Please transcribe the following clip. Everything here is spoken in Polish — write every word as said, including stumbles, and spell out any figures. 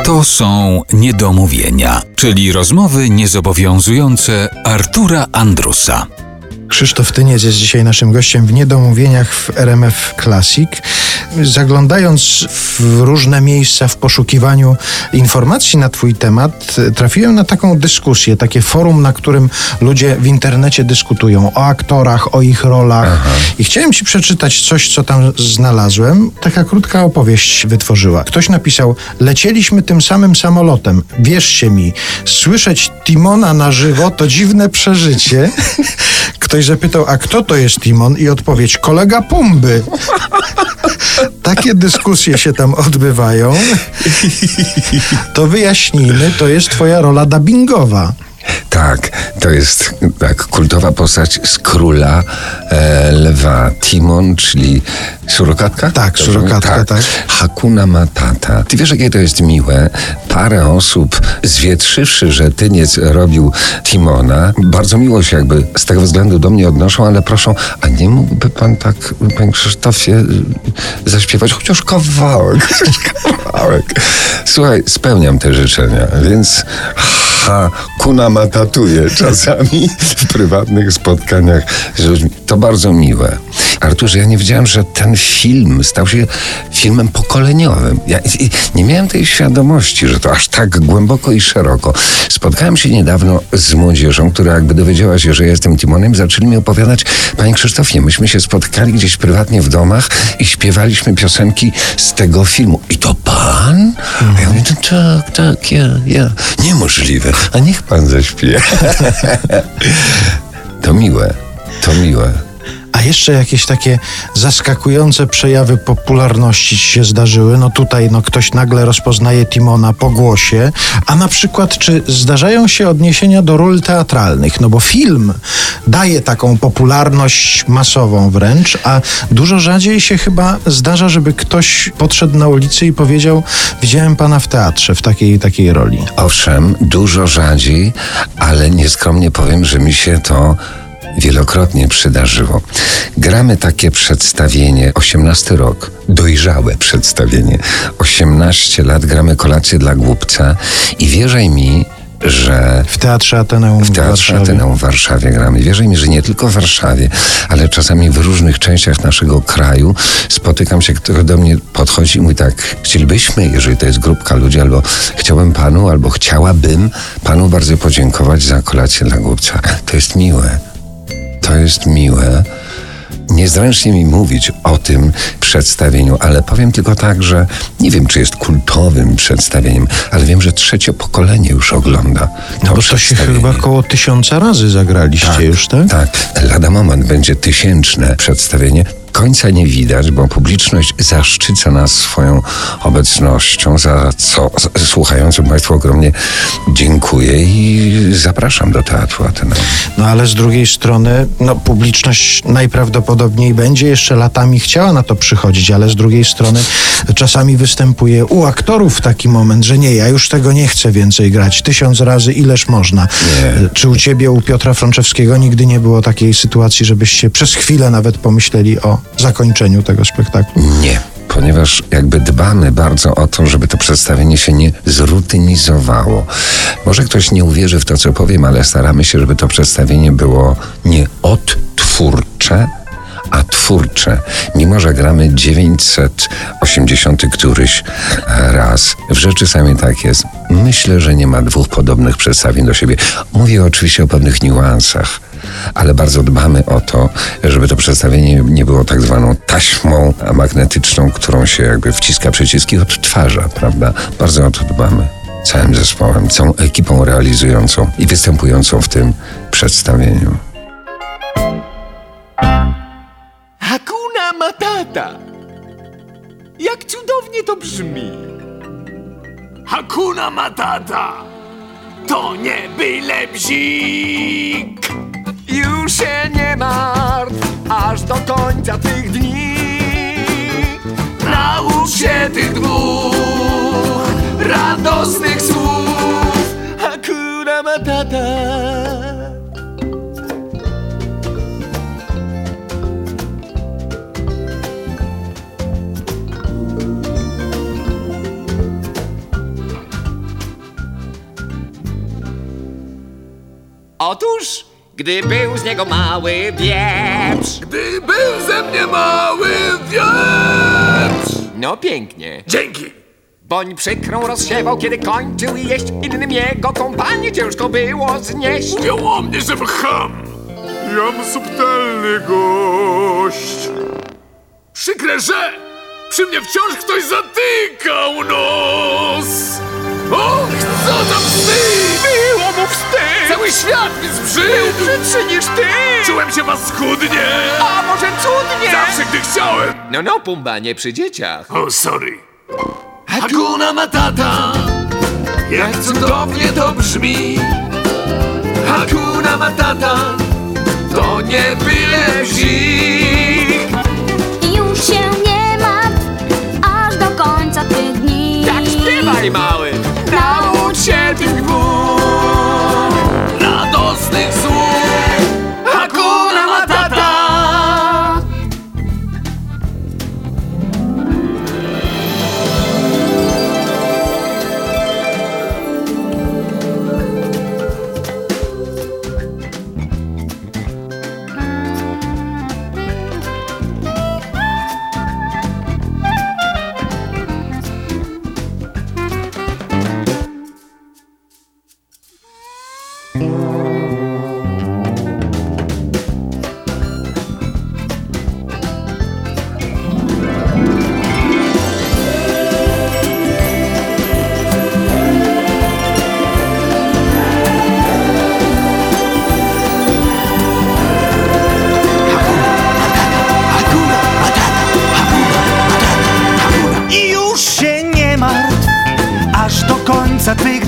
To są niedomówienia, czyli rozmowy niezobowiązujące Artura Andrusa. Krzysztof Tyniec jest dzisiaj naszym gościem w Niedomówieniach w R M F Classic. Zaglądając w różne miejsca w poszukiwaniu informacji na twój temat, trafiłem na taką dyskusję, takie forum, na którym ludzie w internecie dyskutują o aktorach, o ich rolach. Aha. I chciałem ci przeczytać coś, co tam znalazłem. Taka krótka opowieść wytworzyła. Ktoś napisał: lecieliśmy tym samym samolotem. Wierzcie mi, słyszeć Timona na żywo to dziwne przeżycie. Ktoś zapytał: a kto to jest Timon? I odpowiedź: kolega Pumby. Takie dyskusje się tam odbywają. To wyjaśnijmy, to jest twoja rola dubbingowa. Tak, to jest tak, kultowa postać z Króla e, Lwa. Timon, czyli surokatka? Tak, surokatka, tak. tak. Hakuna Matata. Ty wiesz, jakie to jest miłe? Parę osób, zwietrzywszy, że Tyniec robił Timona, bardzo miło się jakby z tego względu do mnie odnoszą, ale proszą: a nie mógłby pan tak, panie Krzysztofie, zaśpiewać chociaż kawałek, chociaż kawałek. Słuchaj, spełniam te życzenia, więc Hakuna Matatuję czasami w prywatnych spotkaniach z ludźmi. To bardzo miłe. Arturze, ja nie wiedziałem, że ten film stał się filmem pokoleniowym. Ja nie miałem tej świadomości, że to aż tak głęboko i szeroko. Spotkałem się niedawno z młodzieżą, która jakby dowiedziała się, że jestem Timonem, zaczęli mi opowiadać: panie Krzysztofie, myśmy się spotkali gdzieś prywatnie w domach i śpiewaliśmy piosenki z tego filmu. I to pan? Mhm. A ja mówię: tak, tak, ja, ja. Niemożliwe. A niech pan zaśpiewa. To miłe, to miłe. A jeszcze jakieś takie zaskakujące przejawy popularności ci się zdarzyły? No tutaj no ktoś nagle rozpoznaje Timona po głosie. A na przykład, czy zdarzają się odniesienia do ról teatralnych? No bo film daje taką popularność masową wręcz, a dużo rzadziej się chyba zdarza, żeby ktoś podszedł na ulicy i powiedział: widziałem pana w teatrze w takiej takiej roli. Owszem, dużo rzadziej, ale nieskromnie powiem, że mi się to wielokrotnie przydarzyło. Gramy takie przedstawienie, osiemnasty rok, dojrzałe przedstawienie, osiemnaście lat, gramy Kolację dla głupca i wierzaj mi, że w Teatrze Ateneum w Teatrze Ateneum w Warszawie gramy. Wierzaj mi, że nie tylko w Warszawie, ale czasami w różnych częściach naszego kraju spotykam się, kto do mnie podchodzi i mówi tak: chcielibyśmy, jeżeli to jest grupka ludzi, albo chciałbym panu, albo chciałabym panu bardzo podziękować za Kolację dla głupca. To jest miłe. To jest miłe. Niezręcznie mi mówić o tym przedstawieniu, ale powiem tylko tak, że nie wiem, czy jest kultowym przedstawieniem, ale wiem, że trzecie pokolenie już ogląda to no bo to się chyba około tysiąca razy zagraliście tak, już, tak? Tak. Lada moment będzie tysięczne przedstawienie. Końca nie widać, bo publiczność zaszczyca nas swoją obecnością, za co słuchającym Państwu ogromnie dziękuję i zapraszam do Teatru Ateneum. No ale z drugiej strony, no publiczność najprawdopodobniej będzie jeszcze latami chciała na to przychodzić, ale z drugiej strony czasami występuje u aktorów taki moment, że nie, ja już tego nie chcę więcej grać. Tysiąc razy ileż można. Nie. Czy u ciebie, u Piotra Frączewskiego nigdy nie było takiej sytuacji, żebyście przez chwilę nawet pomyśleli o zakończeniu tego spektaklu? Nie, ponieważ jakby dbamy bardzo o to, żeby to przedstawienie się nie zrutynizowało. Może ktoś nie uwierzy w to, co powiem, ale staramy się, żeby to przedstawienie było nie odtwórcze, a twórcze. Mimo że gramy dziewięćset osiemdziesiąty któryś raz. W rzeczy samej tak jest. Myślę, że nie ma dwóch podobnych przedstawień do siebie. Mówię oczywiście o pewnych niuansach, ale bardzo dbamy o to, żeby to przedstawienie nie było tak zwaną taśmą magnetyczną, którą się jakby wciska przyciski i odtwarza, prawda? Bardzo o to dbamy. Całym zespołem, całą ekipą realizującą i występującą w tym przedstawieniu. Hakuna Matata! Jak cudownie to brzmi! Hakuna Matata! To nie byle bzik! Już się nie martw, aż do końca tych dni. Naucz się tych dwóch radosnych słów. Hakuna Matata. Otóż, gdy był z niego mały wieprz. Gdy był ze mnie mały wieprz. No pięknie. Dzięki. Boń przykrą rozsiewał, kiedy kończył jeść. Innym jego kompanii ciężko było znieść. Mówią o mnie, że cham. Jam subtelny gość. Przykre, że przy mnie wciąż ktoś zatykał nos. Och, co za wstyd! Było mu wstyd! Cały świat mi zbrzydł! Brzydszy niż ty! Czułem się paskudnie! A może cudnie! Zawsze, gdy chciałem! No, no, Pumba, nie przy dzieciach. O, sorry. Hakuna Matata, jak cudownie to brzmi. Hakuna Matata, to nie byle bzik. Już się nie martw, aż do końca tych dni. Tak śpiewaj, mały! Naucz się tych dwóch Radosnych słów. Hakuna Matata. I już się nie martw, aż do końca tych